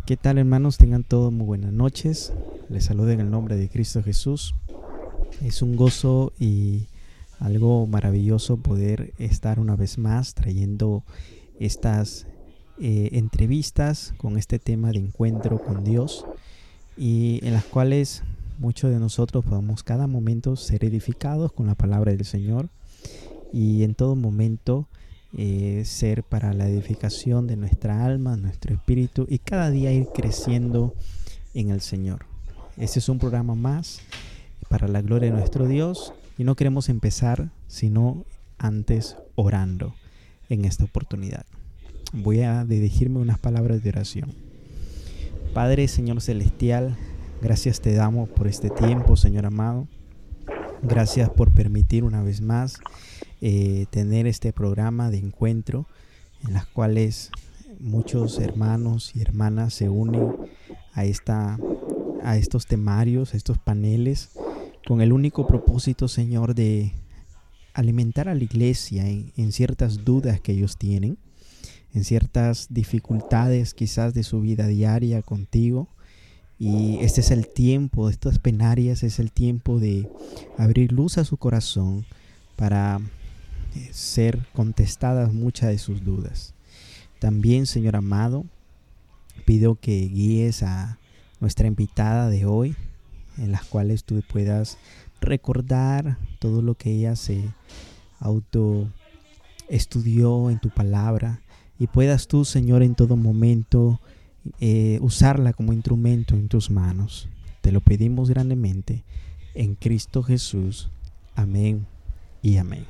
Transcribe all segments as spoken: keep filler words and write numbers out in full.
¿Qué tal, hermanos? Tengan todos muy buenas noches. Les saludo en el nombre de Cristo Jesús. Es un gozo y algo maravilloso poder estar una vez más trayendo estas eh, entrevistas con este tema de encuentro con Dios, y en las cuales muchos de nosotros podamos cada momento ser edificados con la palabra del Señor, y en todo momento eh, ser para la edificación de nuestra alma, nuestro espíritu, y cada día ir creciendo en el Señor. Este es un programa más para la gloria de nuestro Dios, y no queremos empezar sino antes orando en esta oportunidad. Voy a dirigirme unas palabras de oración. Padre, Señor Celestial, gracias te damos por este tiempo, Señor amado. Gracias por permitir una vez más eh, tener este programa de encuentro en las cuales muchos hermanos y hermanas se unen a, esta, a estos temarios, a estos paneles, con el único propósito, Señor, de alimentar a la iglesia en, en ciertas dudas que ellos tienen, en ciertas dificultades quizás de su vida diaria contigo. Y este es el tiempo de estas plenarias, es el tiempo de abrir luz a su corazón para ser contestadas muchas de sus dudas. También, Señor amado, pido que guíes a nuestra invitada de hoy, en las cuales tú puedas recordar todo lo que ella se auto estudió en tu palabra, y puedas tú, Señor, en todo momento eh, usarla como instrumento en tus manos. Te lo pedimos grandemente en Cristo Jesús. Amén y amén.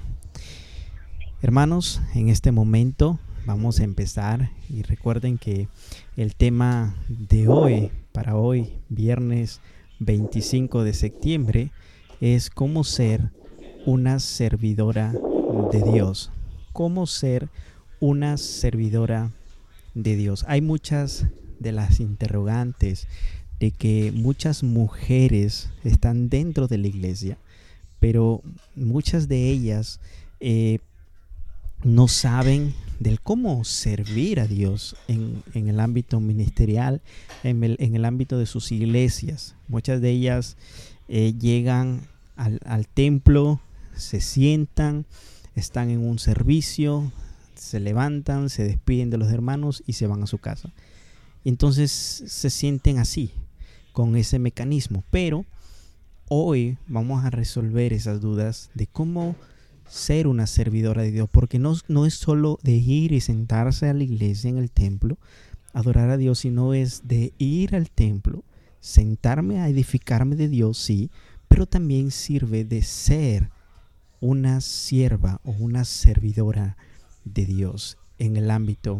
Hermanos, en este momento vamos a empezar, y recuerden que el tema de hoy, para hoy, viernes veinticinco de septiembre, es cómo ser una servidora de Dios. Cómo ser una servidora de Dios. Hay muchas de las interrogantes de que muchas mujeres están dentro de la iglesia, pero muchas de ellas eh, no saben del cómo servir a Dios en, en el ámbito ministerial, en el, en el ámbito de sus iglesias. Muchas de ellas eh, llegan al, al templo, se sientan, están en un servicio, se levantan, se despiden de los hermanos y se van a su casa. Entonces se sienten así, con ese mecanismo. Pero hoy vamos a resolver esas dudas de cómo ser una servidora de Dios, porque no, no es solo de ir y sentarse a la iglesia, en el templo, adorar a Dios, sino es de ir al templo, sentarme a edificarme de Dios, sí, pero también sirve de ser una sierva o una servidora de Dios en el ámbito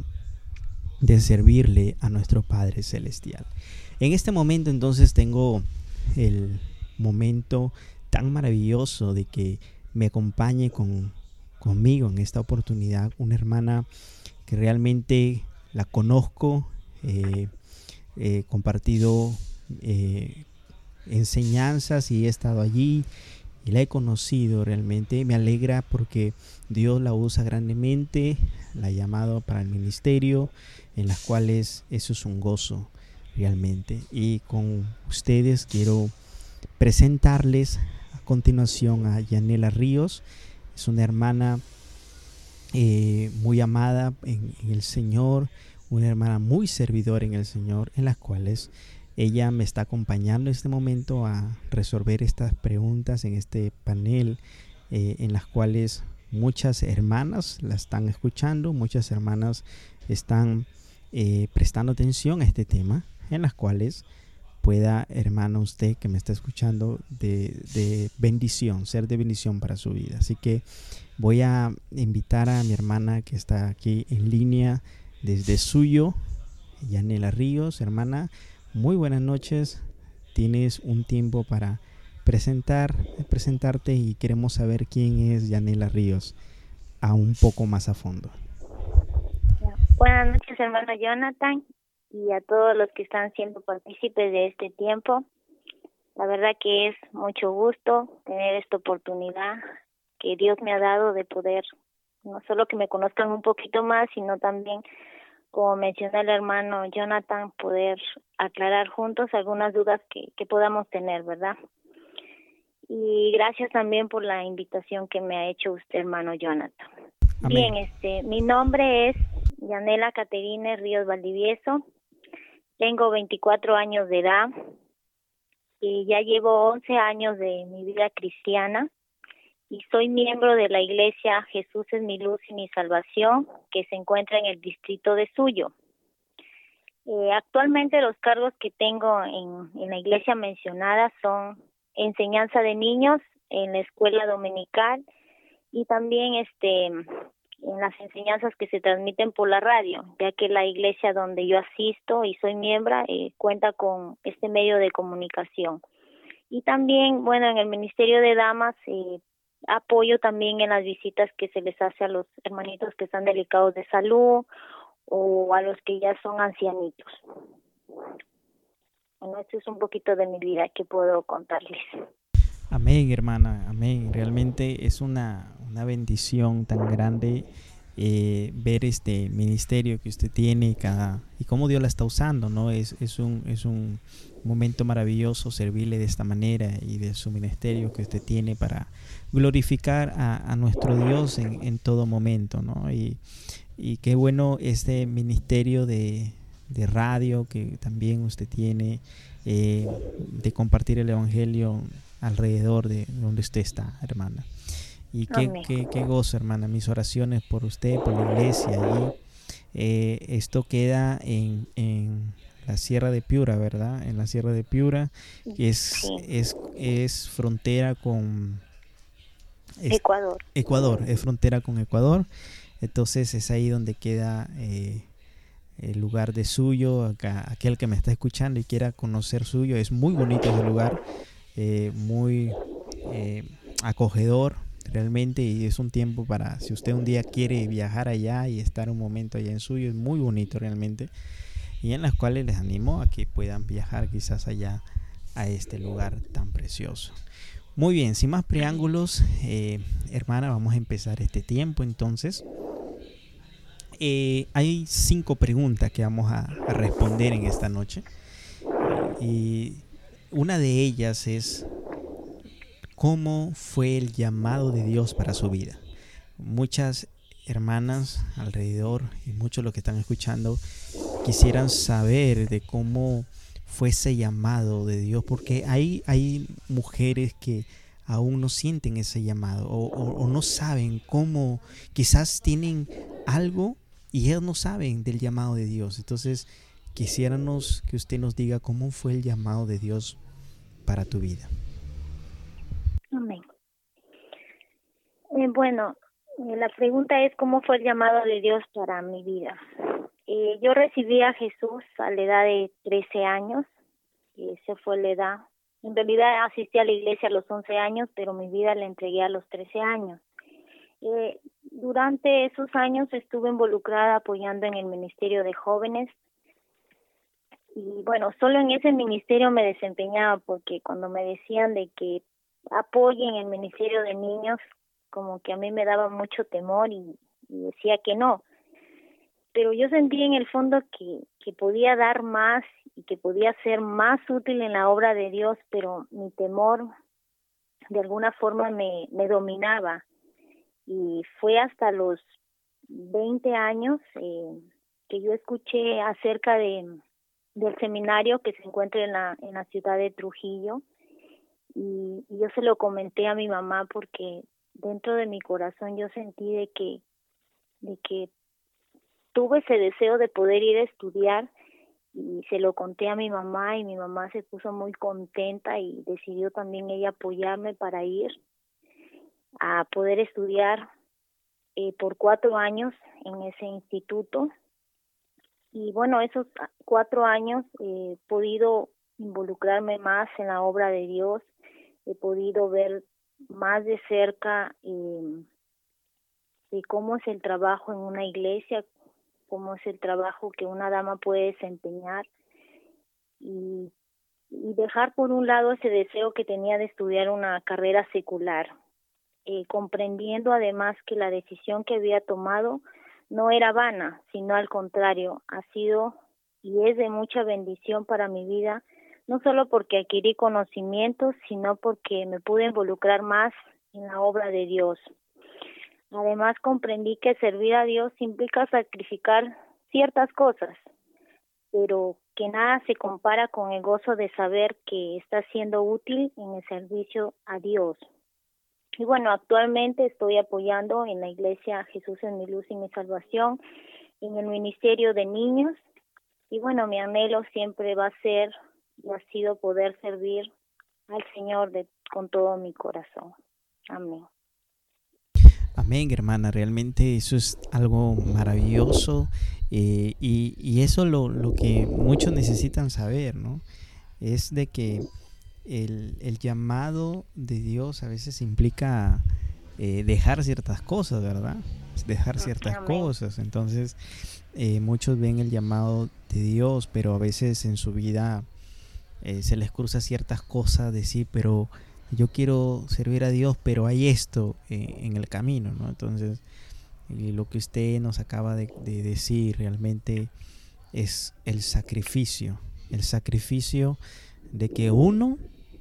de servirle a nuestro Padre Celestial. En este momento entonces tengo el momento tan maravilloso de que me acompañe con, conmigo en esta oportunidad una hermana que realmente la conozco, eh, he compartido eh, enseñanzas y he estado allí y la he conocido realmente. Me alegra porque Dios la usa grandemente, la ha llamado para el ministerio, en las cuales eso es un gozo realmente. Y con ustedes quiero presentarles a continuación a Yanela Ríos. Es una hermana eh, muy amada en, en el Señor, una hermana muy servidora en el Señor, en las cuales ella me está acompañando en este momento a resolver estas preguntas en este panel, eh, en las cuales muchas hermanas la están escuchando, muchas hermanas están eh, prestando atención a este tema, en las cuales pueda, hermano, usted que me está escuchando, de, de bendición, ser de bendición para su vida. Así que voy a invitar a mi hermana que está aquí en línea desde Suyo, Yanela Ríos. Hermana, muy buenas noches. Tienes un tiempo para presentar, presentarte, y queremos saber quién es Yanela Ríos a un poco más a fondo. Buenas noches, hermano Jonathan, y a todos los que están siendo partícipes de este tiempo. La verdad que es mucho gusto tener esta oportunidad que Dios me ha dado de poder, no solo que me conozcan un poquito más, sino también como mencionó el hermano Jonathan, poder aclarar juntos algunas dudas que, que podamos tener, ¿verdad? Y gracias también por la invitación que me ha hecho usted, hermano Jonathan. Amén. Bien, este, mi nombre es Yanela Caterine Ríos Valdivieso, tengo veinticuatro años de edad y ya llevo once años de mi vida cristiana y soy miembro de la iglesia Jesús es mi luz y mi salvación, que se encuentra en el distrito de Suyo. Eh, actualmente los cargos que tengo en, en la iglesia mencionada son enseñanza de niños en la escuela dominical y también este en las enseñanzas que se transmiten por la radio, ya que la iglesia donde yo asisto y soy miembro eh, cuenta con este medio de comunicación. Y también, bueno, en el Ministerio de Damas eh, apoyo también en las visitas que se les hace a los hermanitos que están delicados de salud o a los que ya son ancianitos. Bueno, esto es un poquito de mi vida que puedo contarles. Amén, hermana, amén. Realmente es una, una bendición tan grande eh, ver este ministerio que usted tiene y, cada, y cómo Dios la está usando, ¿no? Es, es, un, es un momento maravilloso servirle de esta manera y de su ministerio que usted tiene para glorificar a, a nuestro Dios en, en todo momento, ¿no? Y, y qué bueno este ministerio de, de radio que también usted tiene, eh, de compartir el evangelio alrededor de donde usted está, hermana. Y qué, qué, qué gozo, hermana. Mis oraciones por usted, por la iglesia allí. Eh, esto queda en, en la Sierra de Piura, ¿verdad? En la Sierra de Piura, que es, Sí. es, es frontera con es, Ecuador. Ecuador, es frontera con Ecuador. Entonces es ahí donde queda eh, el lugar de Suyo. Acá, aquel que me está escuchando y quiera conocer Suyo, es muy bonito ese lugar. Eh, muy eh, acogedor realmente, y es un tiempo para, si usted un día quiere viajar allá y estar un momento allá en Suyo, es muy bonito realmente, y en las cuales les animo a que puedan viajar quizás allá a este lugar tan precioso. Muy bien, sin más preámbulos, eh, hermana, vamos a empezar este tiempo. Entonces eh, hay cinco preguntas que vamos a, a responder en esta noche, y una de ellas es: ¿cómo fue el llamado de Dios para su vida? Muchas hermanas alrededor y muchos los que están escuchando quisieran saber de cómo fue ese llamado de Dios, porque hay, hay mujeres que aún no sienten ese llamado o, o, o no saben cómo, quizás tienen algo y ellos no saben del llamado de Dios. Entonces quisiéramos que usted nos diga cómo fue el llamado de Dios para tu vida. Amén. Eh, bueno, eh, la pregunta es: ¿cómo fue el llamado de Dios para mi vida? Eh, yo recibí a Jesús a la edad de trece años, y esa fue la edad. En realidad asistí a la iglesia a los once años, pero mi vida la entregué a los trece años. Eh, durante esos años estuve involucrada apoyando en el Ministerio de Jóvenes. Y bueno, solo en ese ministerio me desempeñaba, porque cuando me decían de que apoyen el ministerio de niños, como que a mí me daba mucho temor y, y decía que no. Pero yo sentí en el fondo que, que podía dar más y que podía ser más útil en la obra de Dios, pero mi temor de alguna forma me, me dominaba. Y fue hasta los veinte años eh, que yo escuché acerca de del seminario que se encuentra en la en la ciudad de Trujillo, y, y yo se lo comenté a mi mamá, porque dentro de mi corazón yo sentí de que de que tuve ese deseo de poder ir a estudiar, y se lo conté a mi mamá, y mi mamá se puso muy contenta y decidió también ella apoyarme para ir a poder estudiar eh, por cuatro años en ese instituto. Y bueno, esos cuatro años eh, he podido involucrarme más en la obra de Dios, he podido ver más de cerca eh, de cómo es el trabajo en una iglesia, cómo es el trabajo que una dama puede desempeñar, y, y dejar por un lado ese deseo que tenía de estudiar una carrera secular, eh, comprendiendo además que la decisión que había tomado no era vana, sino al contrario, ha sido y es de mucha bendición para mi vida, no solo porque adquirí conocimientos, sino porque me pude involucrar más en la obra de Dios. Además, comprendí que servir a Dios implica sacrificar ciertas cosas, pero que nada se compara con el gozo de saber que está siendo útil en el servicio a Dios. Y bueno, actualmente estoy apoyando en la iglesia Jesús es mi luz y mi salvación, en el ministerio de niños. Y bueno, mi anhelo siempre va a ser y ha sido poder servir al Señor de, con todo mi corazón. Amén. Amén, hermana. Realmente eso es algo maravilloso eh, y, y eso lo, lo que muchos necesitan saber, ¿no? Es de que el, el llamado de Dios a veces implica eh, dejar ciertas cosas, ¿verdad? Dejar ciertas Amén. cosas. Entonces, eh, muchos ven el llamado de Dios, pero a veces en su vida eh, se les cruza ciertas cosas, decir, pero yo quiero servir a Dios, pero hay esto eh, en el camino, ¿no? Entonces, eh, lo que usted nos acaba de, de decir realmente es el sacrificio, el sacrificio de que uno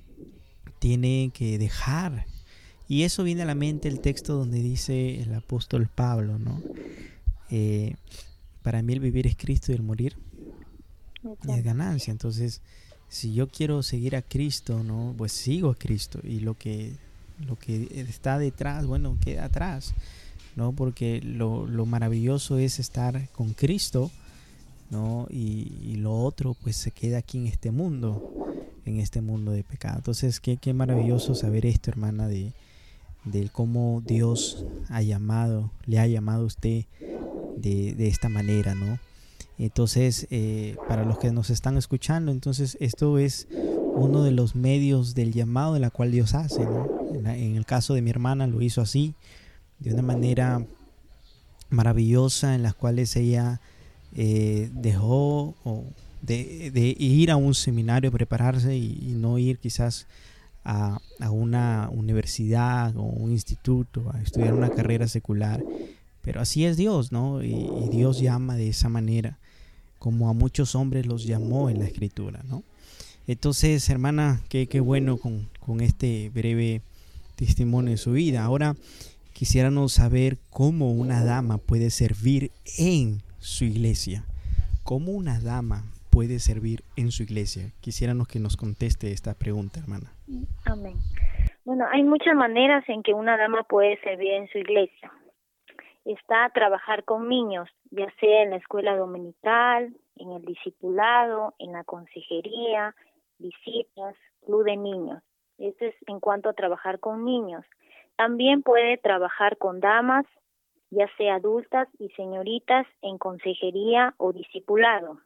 tiene que dejar. Y eso viene a la mente el texto donde dice el apóstol Pablo, ¿no? Eh, para mí el vivir es Cristo y el morir es ganancia. Entonces, si yo quiero seguir a Cristo, ¿no? Pues sigo a Cristo. Y lo que, lo que está detrás, bueno, queda atrás, ¿no? Porque lo, lo maravilloso es estar con Cristo, ¿no? Y, y lo otro, pues se queda aquí en este mundo, en este mundo de pecado. Entonces, qué, qué maravilloso saber esto, hermana, de, de cómo Dios ha llamado, le ha llamado a usted de, de esta manera, ¿no? Entonces, eh, para los que nos están escuchando, entonces esto es uno de los medios del llamado de la cual Dios hace, ¿no? En, la, en el caso de mi hermana lo hizo así, de una manera maravillosa, en las cuales ella eh, dejó o de, de ir a un seminario, prepararse y, y no ir quizás a, a una universidad o un instituto a estudiar una carrera secular. Pero así es Dios, ¿no? Y, y Dios llama de esa manera, como a muchos hombres los llamó en la Escritura, ¿no? Entonces, hermana, qué, qué bueno con, con este breve testimonio de su vida. Ahora quisiéramos saber cómo una dama puede servir en su iglesia. ¿Cómo una dama puede servir en su iglesia? Quisiéramos que nos conteste esta pregunta, hermana. Amén. Bueno, hay muchas maneras en que una dama puede servir en su iglesia. Está a trabajar con niños, ya sea en la escuela dominical, en el discipulado, en la consejería, visitas, club de niños. Eso es en cuanto a trabajar con niños. También puede trabajar con damas, ya sea adultas y señoritas, en consejería o discipulado.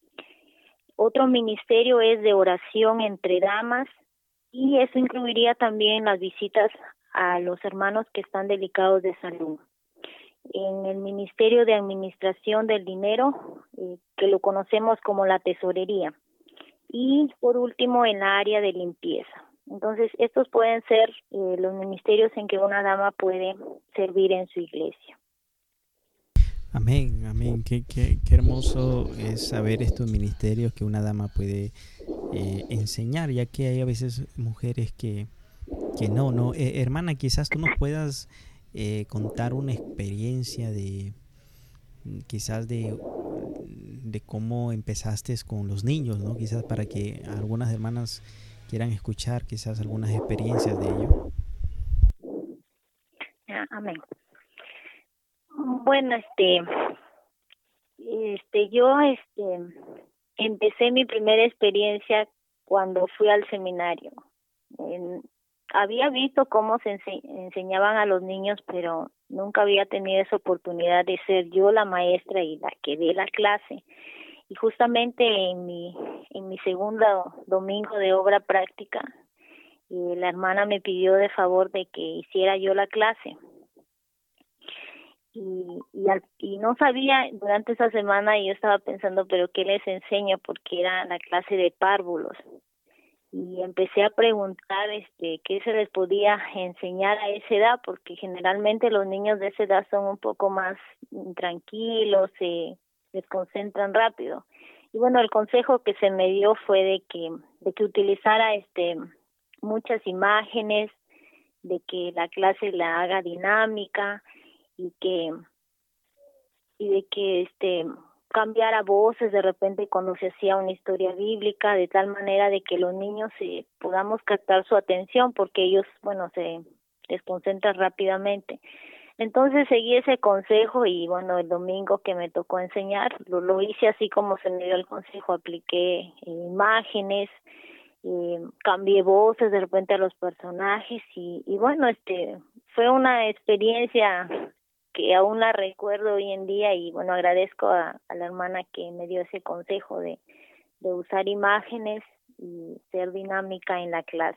Otro ministerio es de oración entre damas y eso incluiría también las visitas a los hermanos que están delicados de salud. En el Ministerio de Administración del Dinero, eh, que lo conocemos como la tesorería, y por último en la área de limpieza. Entonces, estos pueden ser eh, los ministerios en que una dama puede servir en su iglesia. Amén, amén. Qué, qué, qué hermoso es saber estos ministerios que una dama puede eh, enseñar, ya que hay a veces mujeres que, que no, no. Eh, hermana, quizás tú nos puedas Eh, contar una experiencia de quizás de, de cómo empezaste con los niños, ¿no? Quizás para que algunas hermanas quieran escuchar quizás algunas experiencias de ello. Amén. Bueno, este, este, yo, este, empecé mi primera experiencia cuando fui al seminario. En, Había visto cómo se ense- enseñaban a los niños, pero nunca había tenido esa oportunidad de ser yo la maestra y la que dé la clase. Y justamente en mi en mi segundo domingo de obra práctica, eh, la hermana me pidió de favor de que hiciera yo la clase. Y, y, al, y no sabía, durante esa semana yo estaba pensando, pero ¿qué les enseño? Porque era la clase de párvulos. y empecé a preguntar este qué se les podía enseñar a esa edad, porque generalmente los niños de esa edad son un poco más tranquilos, se desconcentran rápido. Y bueno, el consejo que se me dio fue de que de que utilizara este muchas imágenes, de que la clase la haga dinámica y que y de que este cambiara voces de repente cuando se hacía una historia bíblica, de tal manera de que los niños se podamos captar su atención, porque ellos, bueno, se desconcentran rápidamente. Entonces seguí ese consejo y bueno, el domingo que me tocó enseñar, lo, lo hice así como se me dio el consejo, apliqué eh, imágenes, eh, cambié voces de repente a los personajes y, y bueno, este fue una experiencia que aún la recuerdo hoy en día y bueno, agradezco a, a la hermana que me dio ese consejo de, de usar imágenes y ser dinámica en la clase.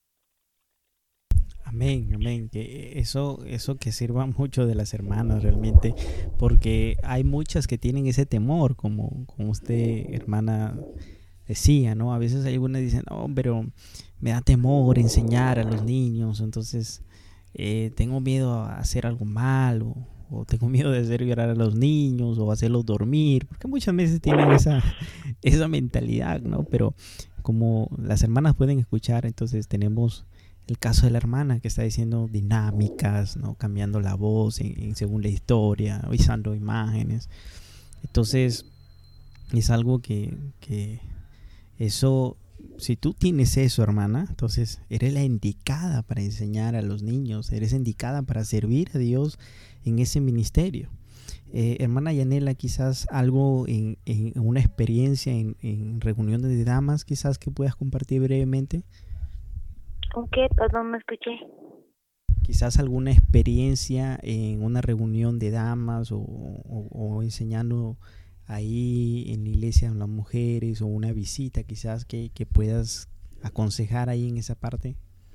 Amén, amén, que eso, eso que sirva mucho de las hermanas realmente, porque hay muchas que tienen ese temor, como, como usted, hermana, decía, ¿no? A veces algunas dicen, no, pero me da temor enseñar a los niños, entonces eh, tengo miedo a hacer algo malo, o tengo miedo de hacer llorar a los niños, o hacerlos dormir, porque muchas veces tienen esa, esa mentalidad, ¿no? Pero como las hermanas pueden escuchar, entonces tenemos el caso de la hermana que está diciendo dinámicas, ¿no? Cambiando la voz en, en según la historia, usando imágenes. Entonces es algo que, que eso, si tú tienes eso, hermana, entonces eres la indicada para enseñar a los niños, eres indicada para servir a Dios en ese ministerio. Eh, hermana Yanela, quizás algo en, en una experiencia en, en reuniones de damas, quizás que puedas compartir brevemente. ¿Con qué? Perdón, me escuché. Quizás alguna experiencia en una reunión de damas o, o, o enseñando ahí en la iglesia a las mujeres o una visita quizás que, que puedas aconsejar ahí en esa parte.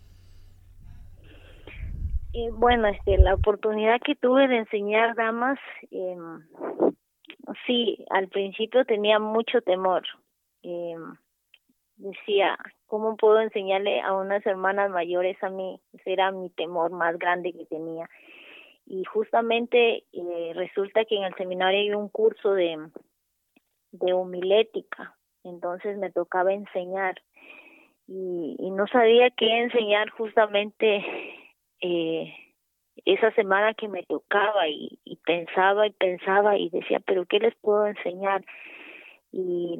Eh, bueno, este, la oportunidad que tuve de enseñar damas, eh, sí, al principio tenía mucho temor. Eh, decía, ¿cómo puedo enseñarle a unas hermanas mayores a mí? Ese era mi temor más grande que tenía. Y justamente eh, resulta que en el seminario hay un curso de, de homilética, entonces me tocaba enseñar. Y, y no sabía qué enseñar justamente eh, esa semana que me tocaba y, y pensaba y pensaba y decía, ¿pero qué les puedo enseñar? Y...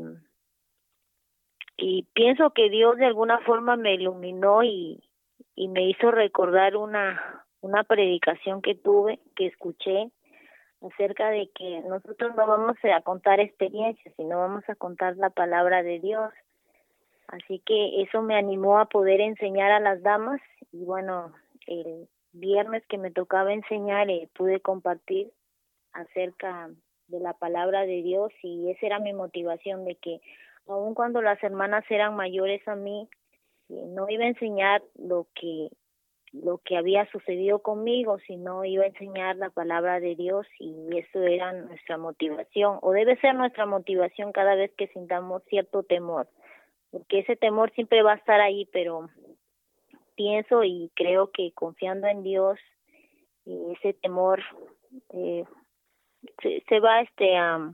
y pienso que Dios de alguna forma me iluminó y, y me hizo recordar una una predicación que tuve, que escuché acerca de que nosotros no vamos a contar experiencias, sino vamos a contar la palabra de Dios. Así que eso me animó a poder enseñar a las damas y bueno, el viernes que me tocaba enseñar eh, pude compartir acerca de la palabra de Dios y esa era mi motivación, de que aun cuando las hermanas eran mayores a mí, eh, no iba a enseñar lo que lo que había sucedido conmigo, sino iba a enseñar la palabra de Dios y eso era nuestra motivación, o debe ser nuestra motivación cada vez que sintamos cierto temor, porque ese temor siempre va a estar ahí, pero pienso y creo que confiando en Dios, eh, ese temor eh, se, se va este a,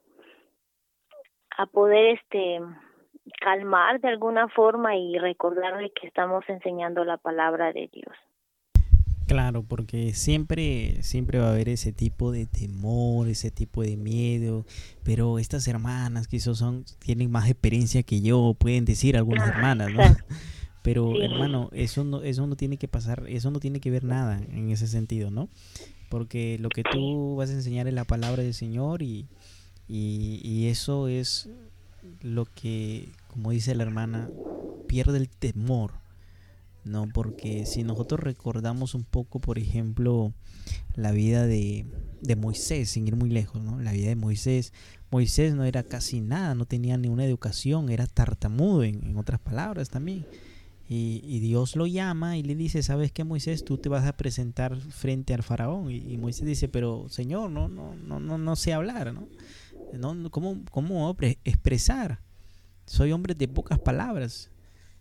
a poder este calmar de alguna forma y recordarle que estamos enseñando la palabra de Dios. Claro, porque siempre, siempre va a haber ese tipo de temor, ese tipo de miedo, pero estas hermanas que eso son, tienen más experiencia que yo, pueden decir algunas hermanas, ¿no? Pero sí, hermano, eso no, eso no tiene que pasar, eso no tiene que ver nada en ese sentido, ¿no? Porque lo que tú vas a enseñar es la palabra del Señor y, y, y eso es lo que, como dice la hermana, pierde el temor, ¿no? Porque si nosotros recordamos un poco, por ejemplo, la vida de, de Moisés, sin ir muy lejos, ¿no? La vida de Moisés, Moisés no era casi nada, no tenía ni una educación, era tartamudo en, en otras palabras también. Y, y Dios lo llama y le dice, ¿sabes qué, Moisés? Tú te vas a presentar frente al faraón. Y, y Moisés dice, pero Señor, no, no, no, no, no sé hablar, ¿no? No, ¿cómo, cómo expresar? Soy hombre de pocas palabras.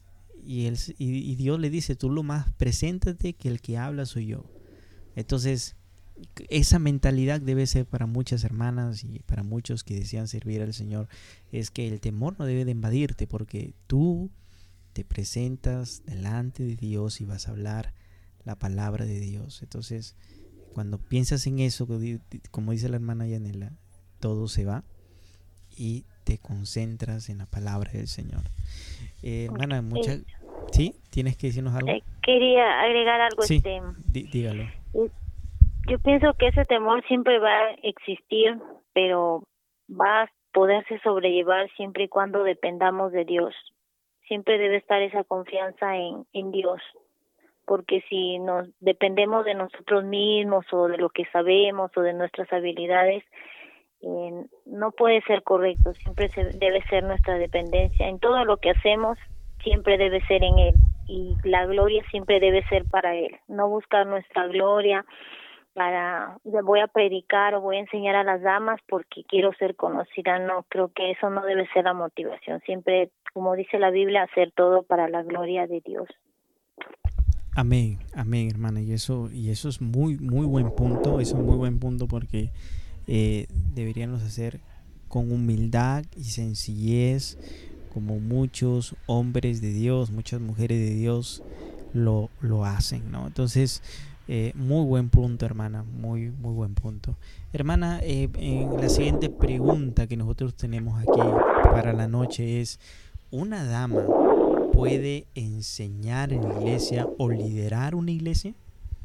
y, él, y, y Dios le dice, tú lo más, preséntate que el que habla soy yo. Entonces, esa mentalidad debe ser para muchas hermanas y para muchos que desean servir al Señor, es que el temor no debe de invadirte, porque tú te presentas delante de Dios y vas a hablar la palabra de Dios. Entonces, cuando piensas en eso, como dice la hermana Yanela, todo se va y te concentras en la palabra del Señor. Eh, hermana, muchas... Eh, ¿Sí? ¿Tienes que decirnos algo? eh, quería agregar algo. Sí, este dí- dígalo. eh, Yo pienso que ese temor siempre va a existir, pero va a poderse sobrellevar siempre y cuando dependamos de Dios. Siempre debe estar esa confianza en, en Dios, porque si nos dependemos de nosotros mismos o de lo que sabemos o de nuestras habilidades, eh, no puede ser correcto. Siempre se debe ser nuestra dependencia. En todo lo que hacemos, siempre debe ser en Él, y la gloria siempre debe ser para Él. No buscar nuestra gloria para voy a predicar o voy a enseñar a las damas porque quiero ser conocida. No, creo que eso no debe ser la motivación. Siempre, como dice la Biblia, hacer todo para la gloria de Dios. Amén, amén, hermana. Y eso, y eso es muy, muy buen punto. Eso es muy buen punto porque eh, deberíamos hacer con humildad y sencillez, como muchos hombres de Dios, muchas mujeres de Dios lo, lo hacen, ¿no? Entonces, eh, muy buen punto, hermana, muy, muy buen punto. Hermana, eh, en la siguiente pregunta que nosotros tenemos aquí para la noche es, ¿una dama puede enseñar en la iglesia o liderar una iglesia?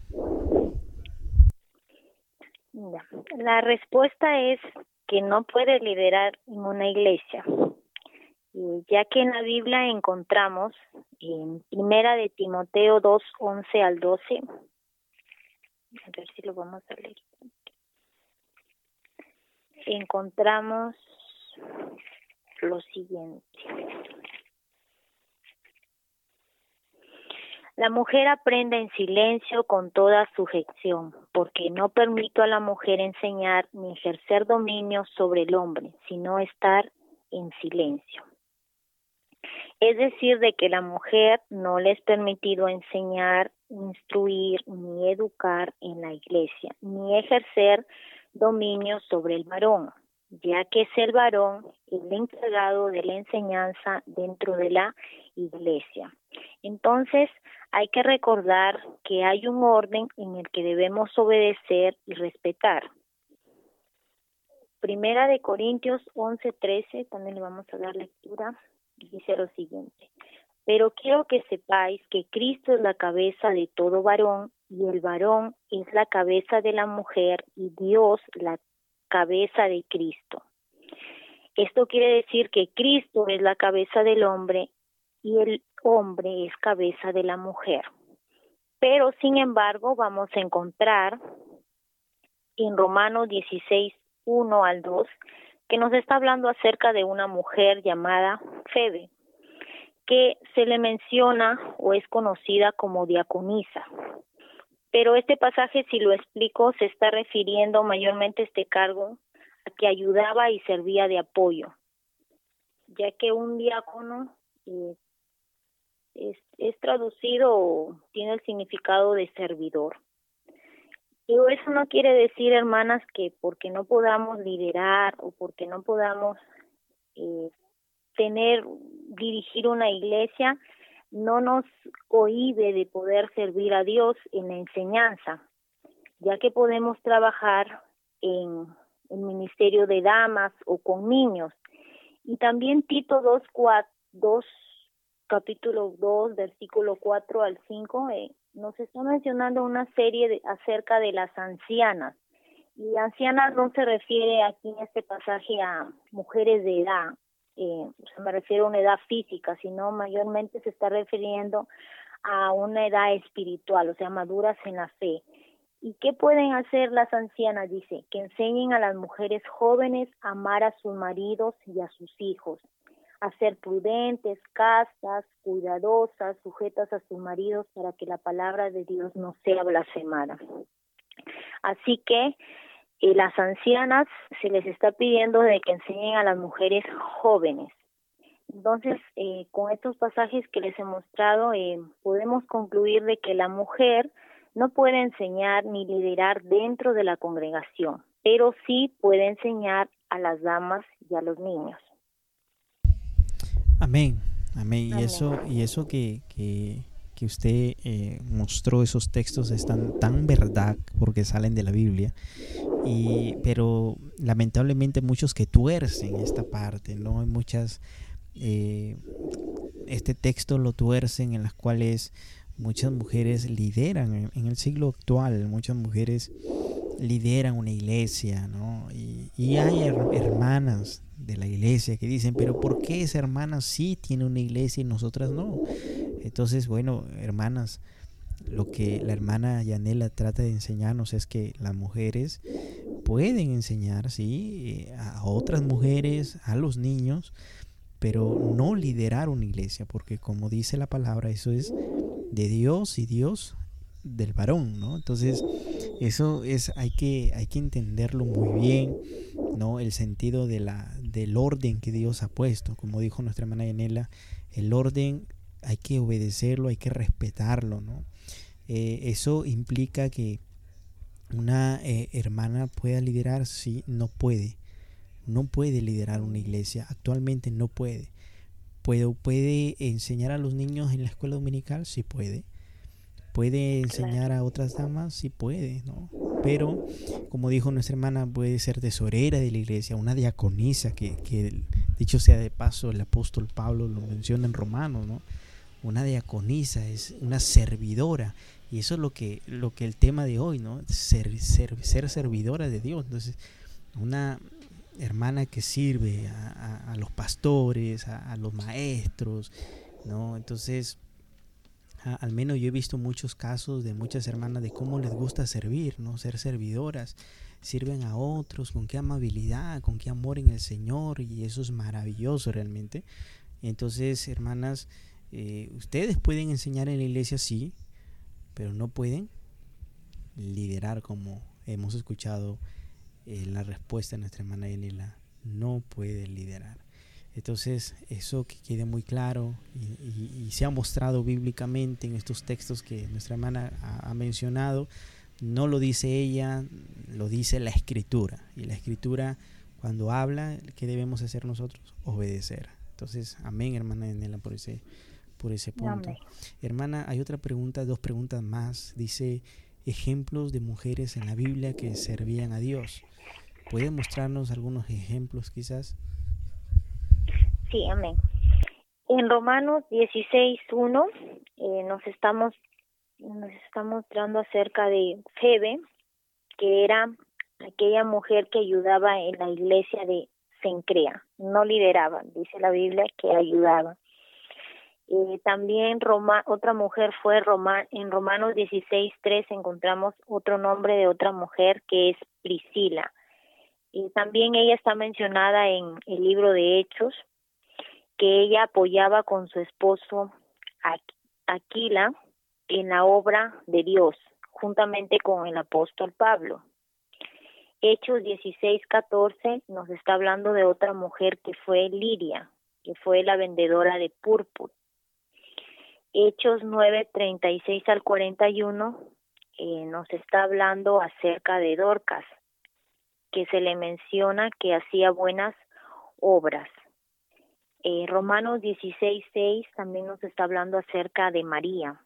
Ya. La respuesta es que no puede liderar en una iglesia, ya que en la Biblia encontramos en Primera de Timoteo dos, once al doce, a ver si lo vamos a leer, encontramos lo siguiente. La mujer aprenda en silencio con toda sujeción, porque no permito a la mujer enseñar ni ejercer dominio sobre el hombre, sino estar en silencio. Es decir, de que la mujer no le es permitido enseñar, instruir ni educar en la iglesia, ni ejercer dominio sobre el varón, ya que es el varón el encargado de la enseñanza dentro de la iglesia. Entonces, hay que recordar que hay un orden en el que debemos obedecer y respetar. Primera de Corintios once, trece, también le vamos a dar lectura, dice lo siguiente: pero quiero que sepáis que Cristo es la cabeza de todo varón, y el varón es la cabeza de la mujer, y Dios la cabeza de Cristo. Esto quiere decir que Cristo es la cabeza del hombre y el hombre es cabeza de la mujer. Pero, sin embargo, vamos a encontrar en Romanos dieciséis, uno al dos, que nos está hablando acerca de una mujer llamada Febe, que se le menciona o es conocida como diaconisa. Pero este pasaje, si lo explico, se está refiriendo mayormente a este cargo a que ayudaba y servía de apoyo, ya que un diácono eh, es, es traducido o tiene el significado de servidor. Pero eso no quiere decir, hermanas, que porque no podamos liderar o porque no podamos eh, tener, dirigir una iglesia, no nos cohíbe de poder servir a Dios en la enseñanza, ya que podemos trabajar en el ministerio de damas o con niños. Y también Tito dos, cuatro, dos capítulo dos, versículo cuatro al cinco, eh, nos está mencionando una serie de, acerca de las ancianas. Y ancianas no se refiere aquí en este pasaje a mujeres de edad, eh, o sea, me refiero a una edad física, sino mayormente se está refiriendo a una edad espiritual, o sea, maduras en la fe. ¿Y qué pueden hacer las ancianas? Dice, que enseñen a las mujeres jóvenes a amar a sus maridos y a sus hijos, a ser prudentes, castas, cuidadosas, sujetas a sus maridos, para que la palabra de Dios no sea blasfemada. Así que eh, las ancianas se les está pidiendo de que enseñen a las mujeres jóvenes. Entonces, eh, con estos pasajes que les he mostrado, eh, podemos concluir de que la mujer no puede enseñar ni liderar dentro de la congregación, pero sí puede enseñar a las damas y a los niños. Amén, amén. Y Amén. eso, y eso que, que, que usted eh, mostró, esos textos están tan verdad porque salen de la Biblia. Y, pero lamentablemente muchos que tuercen esta parte, ¿no? Hay muchas, eh, este texto lo tuercen, en las cuales muchas mujeres lideran en, en el siglo actual, muchas mujeres lideran una iglesia, ¿no? Y, y hay her- hermanas de la iglesia que dicen, pero ¿por qué esa hermana sí tiene una iglesia y nosotras no? Entonces, bueno, hermanas, lo que la hermana Yanela trata de enseñarnos es que las mujeres pueden enseñar, sí, eh, a otras mujeres, a los niños, pero no liderar una iglesia, porque como dice la palabra, eso es de Dios y Dios del varón, ¿no? Entonces, eso es, hay que, hay que entenderlo muy bien, ¿no? El sentido de la, del orden que Dios ha puesto. Como dijo nuestra hermana Yanela, el orden hay que obedecerlo, hay que respetarlo, ¿no? Eh, eso implica que una eh, hermana pueda liderar, sí, no puede. No puede liderar una iglesia, actualmente no puede. ¿Puede, puede enseñar a los niños en la escuela dominical? Sí puede. ¿Puede enseñar a otras damas? Sí puede, ¿no? Pero, como dijo nuestra hermana, puede ser tesorera de la iglesia, una diaconisa, que, que dicho sea de paso, el apóstol Pablo lo menciona en Romanos, ¿no? Una diaconisa es una servidora, y eso es lo que, lo que el tema de hoy, ¿no? Ser, ser, ser servidora de Dios. Entonces, una hermana que sirve a, a, a los pastores, a, a los maestros, ¿no? Entonces, a, al menos yo he visto muchos casos de muchas hermanas de cómo les gusta servir, ¿no? Ser servidoras, sirven a otros con qué amabilidad, con qué amor en el Señor, y eso es maravilloso realmente. Entonces, hermanas, eh, ustedes pueden enseñar en la iglesia, sí, pero no pueden liderar, como hemos escuchado eh, la respuesta de nuestra hermana Yanela. No puede liderar. Entonces, eso que quede muy claro, y, y, y se ha mostrado bíblicamente en estos textos que nuestra hermana ha, ha mencionado. No lo dice ella, lo dice la Escritura. Y la Escritura, cuando habla, ¿qué debemos hacer nosotros? Obedecer. Entonces, amén, hermana Yanela, por ese, por ese punto. Amén. Hermana, hay otra pregunta, dos preguntas más. Dice, ejemplos de mujeres en la Biblia que servían a Dios. ¿Puede mostrarnos algunos ejemplos quizás? Sí, amén. En Romanos dieciséis uno eh, nos estamos nos está mostrando acerca de Febe, que era aquella mujer que ayudaba en la iglesia de Cencrea. No lideraba, dice la Biblia que ayudaba. Eh, también Roma, otra mujer fue Roma, en Romanos dieciséis tres encontramos otro nombre de otra mujer que es Priscila. Y también ella está mencionada en el libro de Hechos, que ella apoyaba con su esposo Aquila en la obra de Dios, juntamente con el apóstol Pablo. Hechos dieciséis catorce nos está hablando de otra mujer que fue Lidia, que fue la vendedora de púrpura. Hechos nueve treinta y seis al cuarenta y uno eh, nos está hablando acerca de Dorcas, que se le menciona que hacía buenas obras. Eh, Romanos dieciséis seis también nos está hablando acerca de María.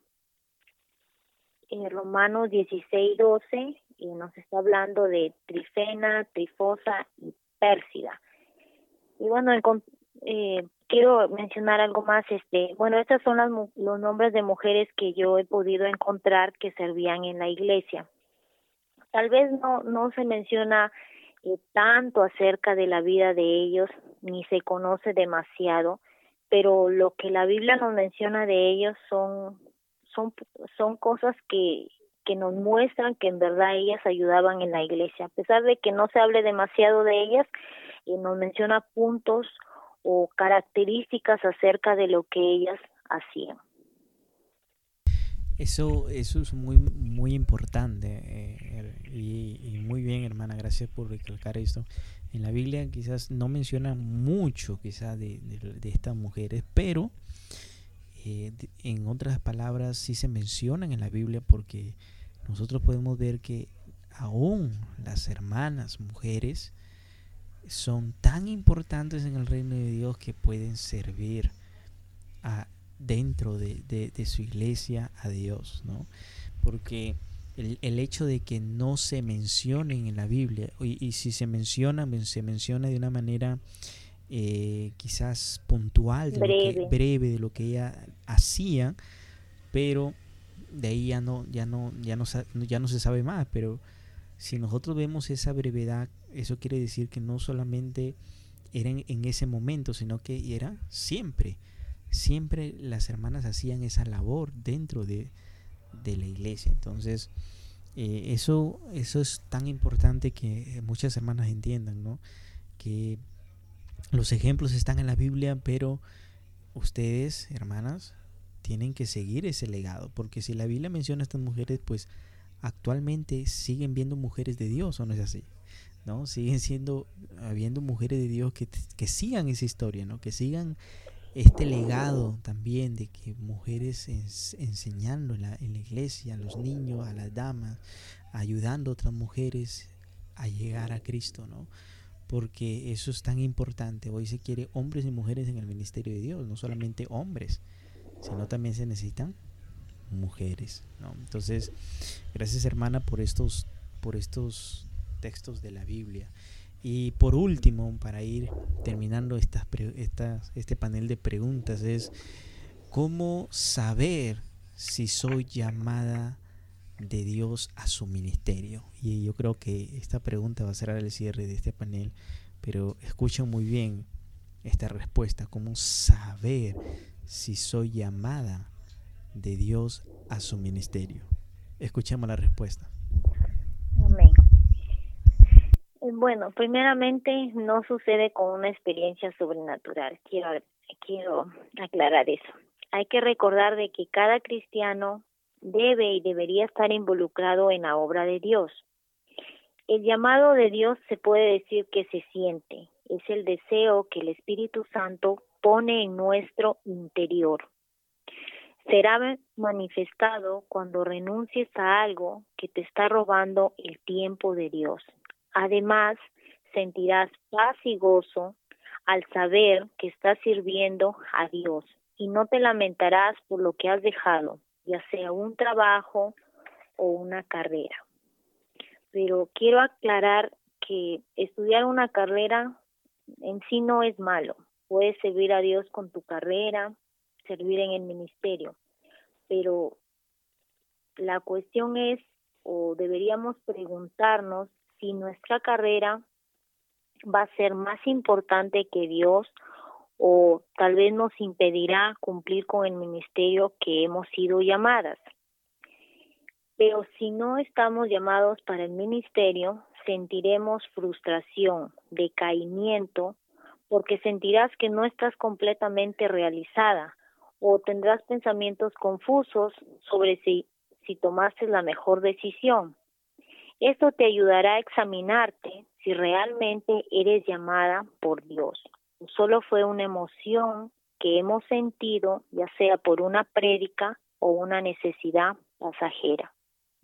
Eh, Romanos dieciséis doce eh, nos está hablando de Trifena, Trifosa y Pérsida. Y bueno, el, eh, quiero mencionar algo más. Este, bueno, estos son las, los nombres de mujeres que yo he podido encontrar que servían en la iglesia. Tal vez no, no se menciona eh, tanto acerca de la vida de ellos, ni se conoce demasiado, pero lo que la Biblia nos menciona de ellos son son son cosas que que nos muestran que en verdad ellas ayudaban en la iglesia. A pesar de que no se hable demasiado de ellas, eh, nos menciona puntos o características acerca de lo que ellas hacían. Eso, eso es muy, muy importante eh, y, y muy bien, hermana, gracias por recalcar esto. En la Biblia quizás no menciona mucho quizás de, de, de estas mujeres, pero eh, de, en otras palabras sí se mencionan en la Biblia, porque nosotros podemos ver que aún las hermanas mujeres son tan importantes en el reino de Dios que pueden servir a, dentro de, de, de su iglesia a Dios, ¿no? Porque el, el hecho de que no se mencionen en la Biblia, y, y si se menciona, se menciona de una manera eh, quizás puntual, de lo que Breve. breve, de lo que ella hacía, pero de ahí ya no, ya no, ya no, ya no se sabe más. Pero si nosotros vemos esa brevedad, eso quiere decir que no solamente era en, en ese momento, sino que era siempre. Siempre las hermanas hacían esa labor dentro de, de la iglesia. Entonces, eh, eso, eso es tan importante que muchas hermanas entiendan, ¿no? Que los ejemplos están en la Biblia, pero ustedes, hermanas, tienen que seguir ese legado, porque si la Biblia menciona a estas mujeres, pues actualmente siguen viendo mujeres de Dios, ¿o no es así? ¿No? Siguen siendo, habiendo mujeres de Dios que, que sigan esa historia, ¿no? Que sigan este legado también de que mujeres ens, enseñando en la, en la iglesia, a los niños, a las damas, ayudando a otras mujeres a llegar a Cristo, ¿no? Porque eso es tan importante. Hoy se quiere hombres y mujeres en el ministerio de Dios, no solamente hombres, sino también se necesitan mujeres, ¿no? Entonces, gracias, hermana, por estos, por estos textos de la Biblia. Y por último, para ir terminando estas, estas, este panel de preguntas, es ¿cómo saber si soy llamada de Dios a su ministerio? Y yo creo que esta pregunta va a cerrar el cierre de este panel, pero escuchen muy bien esta respuesta: ¿cómo saber si soy llamada de Dios a su ministerio? Escuchemos la respuesta. Amén. Bueno, primeramente no sucede con una experiencia sobrenatural. Quiero, quiero aclarar eso. Hay que recordar de que cada cristiano debe y debería estar involucrado en la obra de Dios. El llamado de Dios se puede decir que se siente. Es el deseo que el Espíritu Santo pone en nuestro interior. Será manifestado cuando renuncies a algo que te está robando el tiempo de Dios. Además, sentirás paz y gozo al saber que estás sirviendo a Dios y no te lamentarás por lo que has dejado, ya sea un trabajo o una carrera. Pero quiero aclarar que estudiar una carrera en sí no es malo. Puedes servir a Dios con tu carrera, servir en el ministerio, pero la cuestión es, o deberíamos preguntarnos, si nuestra carrera va a ser más importante que Dios, o tal vez nos impedirá cumplir con el ministerio que hemos sido llamadas. Pero si no estamos llamados para el ministerio, sentiremos frustración, decaimiento, porque sentirás que no estás completamente realizada, o tendrás pensamientos confusos sobre si, si tomaste la mejor decisión. Esto te ayudará a examinarte si realmente eres llamada por Dios. Solo fue una emoción que hemos sentido, ya sea por una prédica o una necesidad pasajera.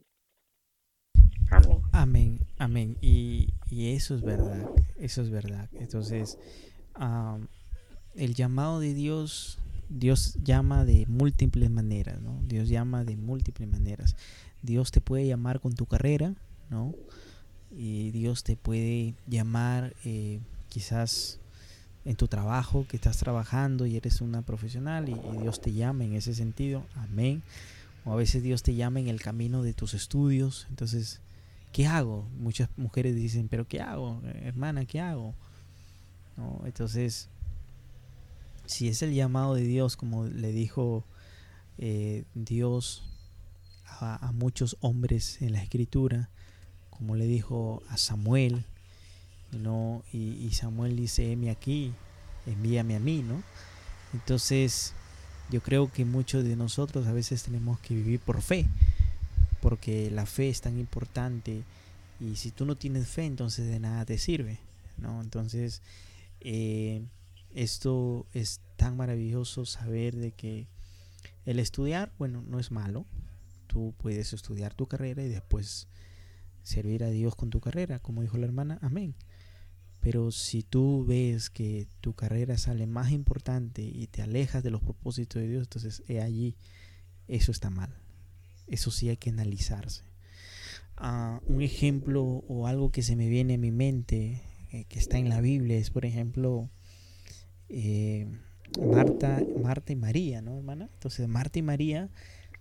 Amén. Amén, amén. Y, y eso es verdad, eso es verdad. Entonces, um, el llamado de Dios, Dios llama de múltiples maneras, ¿no? Dios llama de múltiples maneras. Dios te puede llamar con tu carrera, ¿no? Y Dios te puede llamar eh, quizás en tu trabajo, que estás trabajando y eres una profesional, y, y Dios te llama en ese sentido, amén. O a veces Dios te llama en el camino de tus estudios. Entonces, ¿qué hago? Muchas mujeres dicen, pero ¿qué hago, hermana? ¿Qué hago? ¿No? Entonces, si es el llamado de Dios, como le dijo eh, Dios a, a muchos hombres en la Escritura, como le dijo a Samuel, ¿no? Y, y Samuel dice, heme aquí, envíame a mí, ¿no? Entonces, yo creo que muchos de nosotros a veces tenemos que vivir por fe, porque la fe es tan importante, y si tú no tienes fe, entonces de nada te sirve, ¿no? Entonces, eh, esto es tan maravilloso, saber de que el estudiar, bueno, no es malo. Tú puedes estudiar tu carrera y después servir a Dios con tu carrera, como dijo la hermana, amén. Pero si tú ves que tu carrera sale más importante y te alejas de los propósitos de Dios, entonces he allí, eso está mal. Eso sí hay que analizarse. Uh, un ejemplo o algo que se me viene a mi mente, eh, que está en la Biblia, es por ejemplo eh, Marta, Marta y María, ¿no, hermana? Entonces Marta y María,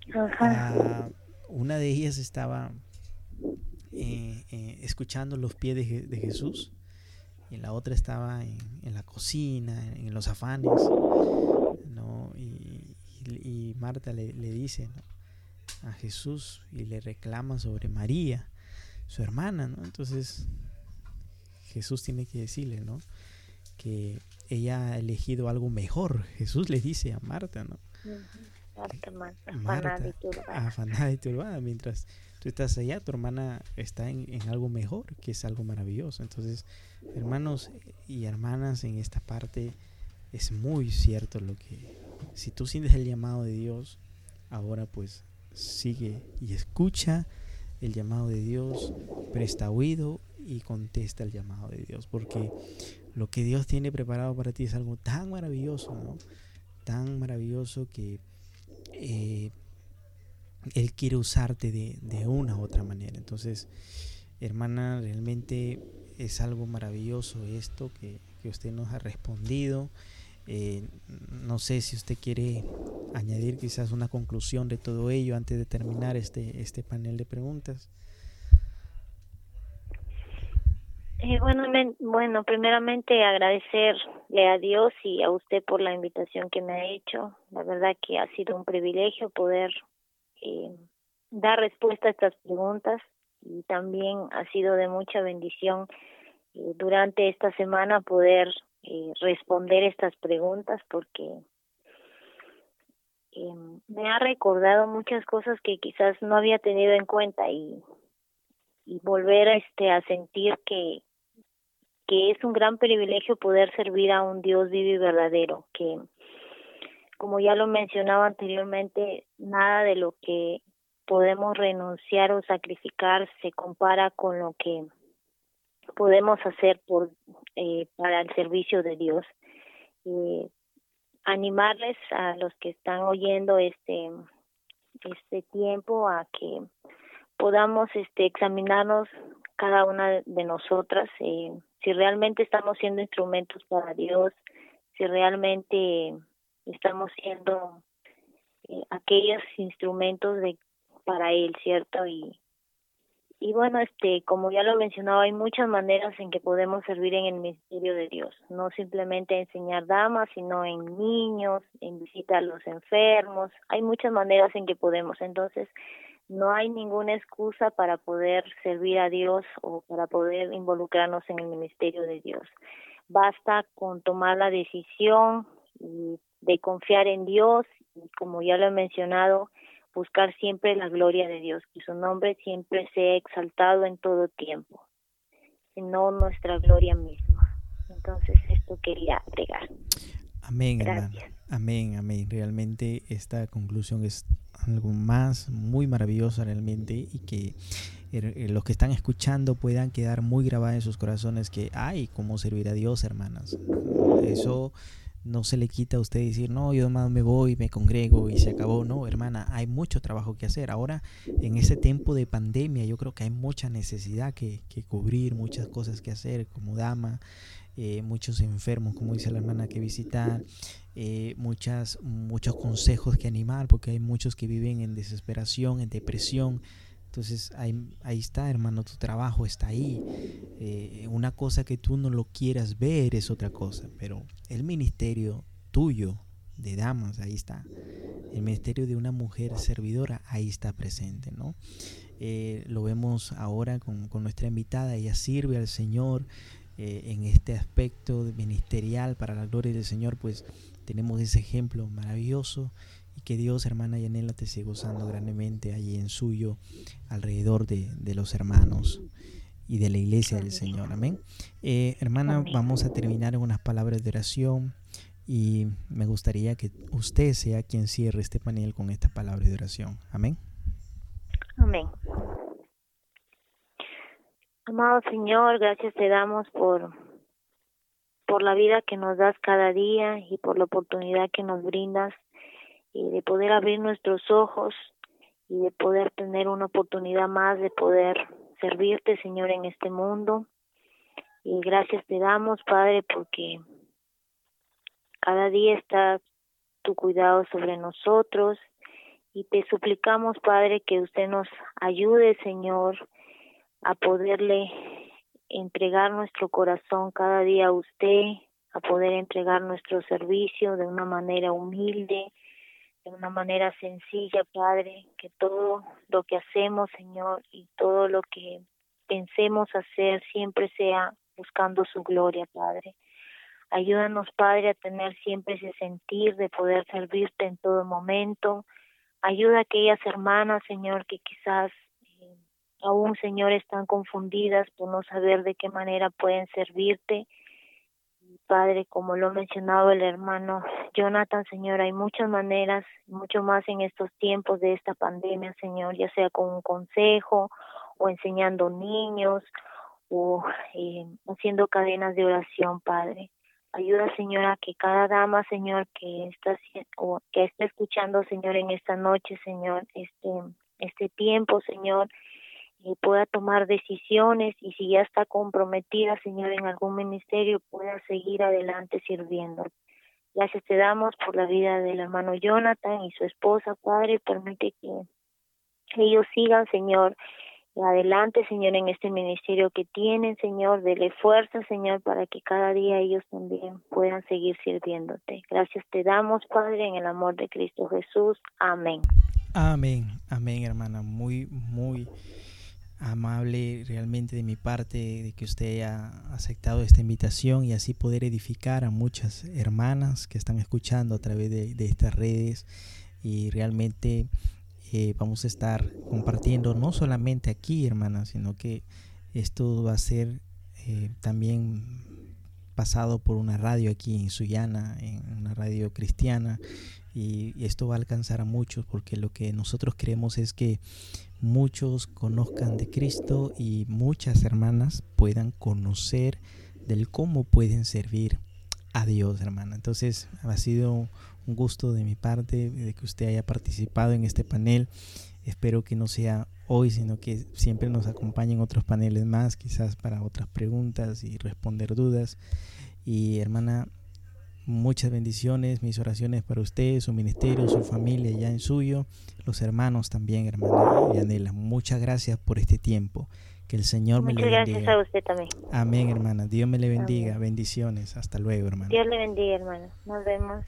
uh, una de ellas estaba eh, eh, escuchando los pies de, de Jesús, y la otra estaba en, en la cocina, en los afanes, ¿no? Y, y, y Marta le, le dice, ¿no?, a Jesús, y le reclama sobre María, su hermana, ¿no? Entonces Jesús tiene que decirle, ¿no?, que ella ha elegido algo mejor. Jesús le dice a Marta, ¿no? Marta, Marta, Marta, afanada y turbada, mientras tú estás allá, tu hermana está en, en algo mejor, que es algo maravilloso. Entonces, hermanos y hermanas, en esta parte es muy cierto lo que, si tú sientes el llamado de Dios, ahora pues sigue y escucha el llamado de Dios, presta oído y contesta el llamado de Dios, porque lo que Dios tiene preparado para ti es algo tan maravilloso, ¿no? Tan maravilloso que eh, Él quiere usarte de, de una u otra manera. Entonces, hermana, realmente es algo maravilloso esto que, que usted nos ha respondido. Eh, no sé si usted quiere añadir quizás una conclusión de todo ello antes de terminar este, este panel de preguntas. Eh, bueno, me, bueno, primeramente agradecerle a Dios y a usted por la invitación que me ha hecho. La verdad que ha sido un privilegio poder eh, dar respuesta a estas preguntas, y también ha sido de mucha bendición eh, durante esta semana poder eh, responder estas preguntas, porque eh, me ha recordado muchas cosas que quizás no había tenido en cuenta, y y volver este a sentir que que es un gran privilegio poder servir a un Dios vivo y verdadero, que, como ya lo mencionaba anteriormente, nada de lo que podemos renunciar o sacrificar se compara con lo que podemos hacer por eh, para el servicio de Dios. Eh, animarles a los que están oyendo este este tiempo a que podamos este examinarnos cada una de nosotras, eh, si realmente estamos siendo instrumentos para Dios, si realmente estamos siendo eh, aquellos instrumentos de para Él, ¿cierto? Y y bueno, este como ya lo mencionaba, hay muchas maneras en que podemos servir en el ministerio de Dios, no simplemente enseñar damas, sino en niños, en visitar a los enfermos. Hay muchas maneras en que podemos, entonces no hay ninguna excusa para poder servir a Dios o para poder involucrarnos en el ministerio de Dios. Basta con tomar la decisión de confiar en Dios y, como ya lo he mencionado, buscar siempre la gloria de Dios, que su nombre siempre sea exaltado en todo tiempo, y no nuestra gloria misma. Entonces, esto quería agregar. Amén, Gracias. hermano. Amén, amén. Realmente esta conclusión es algo más muy maravilloso realmente, y que eh, los que están escuchando puedan quedar muy grabados en sus corazones que hay cómo servir a Dios, hermanas. Eso no se le quita a usted decir, no, yo más me voy, me congrego y se acabó. No, hermana, hay mucho trabajo que hacer. Ahora, en ese tiempo de pandemia, yo creo que hay mucha necesidad que, que cubrir, muchas cosas que hacer como dama. Eh, muchos enfermos, como dice la hermana, que visitar, eh, muchas, muchos consejos que animar, porque hay muchos que viven en desesperación, en depresión. Entonces ahí, ahí está, hermano, tu trabajo está ahí. Eh, una cosa que tú no lo quieras ver es otra cosa, pero el ministerio tuyo de damas, ahí está. El ministerio de una mujer servidora, ahí está presente, ¿no? Eh, lo vemos ahora con, con nuestra invitada. Ella sirve al Señor eh, en este aspecto ministerial para la gloria del Señor, pues tenemos ese ejemplo maravilloso y que Dios, hermana Yanela, te siga gozando grandemente allí en suyo, alrededor de, de los hermanos y de la iglesia del Señor. Amén. Eh, hermana, Amén. vamos a terminar en unas palabras de oración y me gustaría que usted sea quien cierre este panel con estas palabras de oración. Amén. Amén. Amado Señor, gracias te damos por, por la vida que nos das cada día y por la oportunidad que nos brindas y de poder abrir nuestros ojos y de poder tener una oportunidad más de poder servirte, Señor, en este mundo. Y gracias te damos, Padre, porque cada día está tu cuidado sobre nosotros y te suplicamos, Padre, que usted nos ayude, Señor, a poderle entregar nuestro corazón cada día a usted, a poder entregar nuestro servicio de una manera humilde, de una manera sencilla, Padre, que todo lo que hacemos, Señor, y todo lo que pensemos hacer siempre sea buscando su gloria, Padre. Ayúdanos, Padre, a tener siempre ese sentir de poder servirte en todo momento. Ayuda a aquellas hermanas, Señor, que quizás eh, aún, Señor, están confundidas por no saber de qué manera pueden servirte. Padre, como lo ha mencionado el hermano Jonathan, Señor, hay muchas maneras, mucho más en estos tiempos de esta pandemia, Señor, ya sea con un consejo o enseñando niños o eh, haciendo cadenas de oración, Padre. Ayuda, Señor, a que cada dama, Señor, que está o que está escuchando, Señor, en esta noche, Señor, este este tiempo, Señor, eh, pueda tomar decisiones y si ya está comprometida, Señor, en algún ministerio, pueda seguir adelante sirviendo. Gracias te damos por la vida del hermano Jonathan y su esposa, Padre. Permite que ellos sigan, Señor, adelante, Señor, en este ministerio que tienen, Señor. Dele fuerza, Señor, para que cada día ellos también puedan seguir sirviéndote. Gracias te damos, Padre, en el amor de Cristo Jesús. Amén. Amén, amén, hermana. Muy, muy amable realmente de mi parte de que usted haya aceptado esta invitación y así poder edificar a muchas hermanas que están escuchando a través de, de estas redes. Y realmente eh, vamos a estar compartiendo no solamente aquí, hermanas, sino que esto va a ser eh, también pasado por una radio aquí en Sullana, en una radio cristiana, y, y esto va a alcanzar a muchos, porque lo que nosotros creemos es que muchos conozcan de Cristo y muchas hermanas puedan conocer del cómo pueden servir a Dios, hermana. Entonces ha sido un gusto de mi parte de que usted haya participado en este panel. Espero que no sea hoy, sino que siempre nos acompañen otros paneles más, quizás para otras preguntas y responder dudas. Y hermana, muchas bendiciones, mis oraciones para usted, su ministerio, su familia ya en suyo, los hermanos también, hermana Yanela. Muchas gracias por este tiempo. Que el Señor Muchas me le bendiga. Muchas gracias a usted también. Amén, hermana. Dios me le bendiga. Amén. Bendiciones. Hasta luego, hermana. Dios le bendiga, hermana. Nos vemos.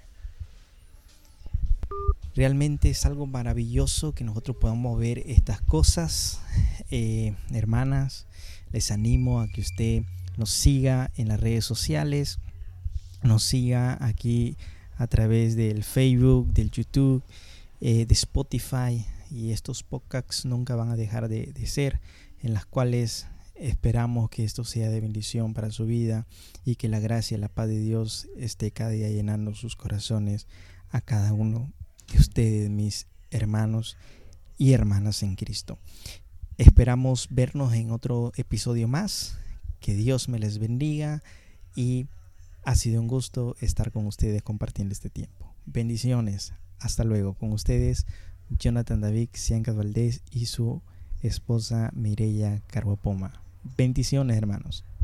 Realmente es algo maravilloso que nosotros podamos ver estas cosas. Eh, hermanas, les animo a que usted nos siga en las redes sociales, nos siga aquí a través del Facebook, del YouTube, eh, de Spotify, y estos podcasts nunca van a dejar de, de ser, en las cuales esperamos que esto sea de bendición para su vida y que la gracia y la paz de Dios esté cada día llenando sus corazones a cada uno de ustedes, mis hermanos y hermanas en Cristo. Esperamos vernos en otro episodio más. Que Dios me les bendiga y ha sido un gusto estar con ustedes compartiendo este tiempo. Bendiciones. Hasta luego. Con ustedes, Jonathan David Ciancas Valdés y su esposa Mireya Carhuapoma. Bendiciones, hermanos.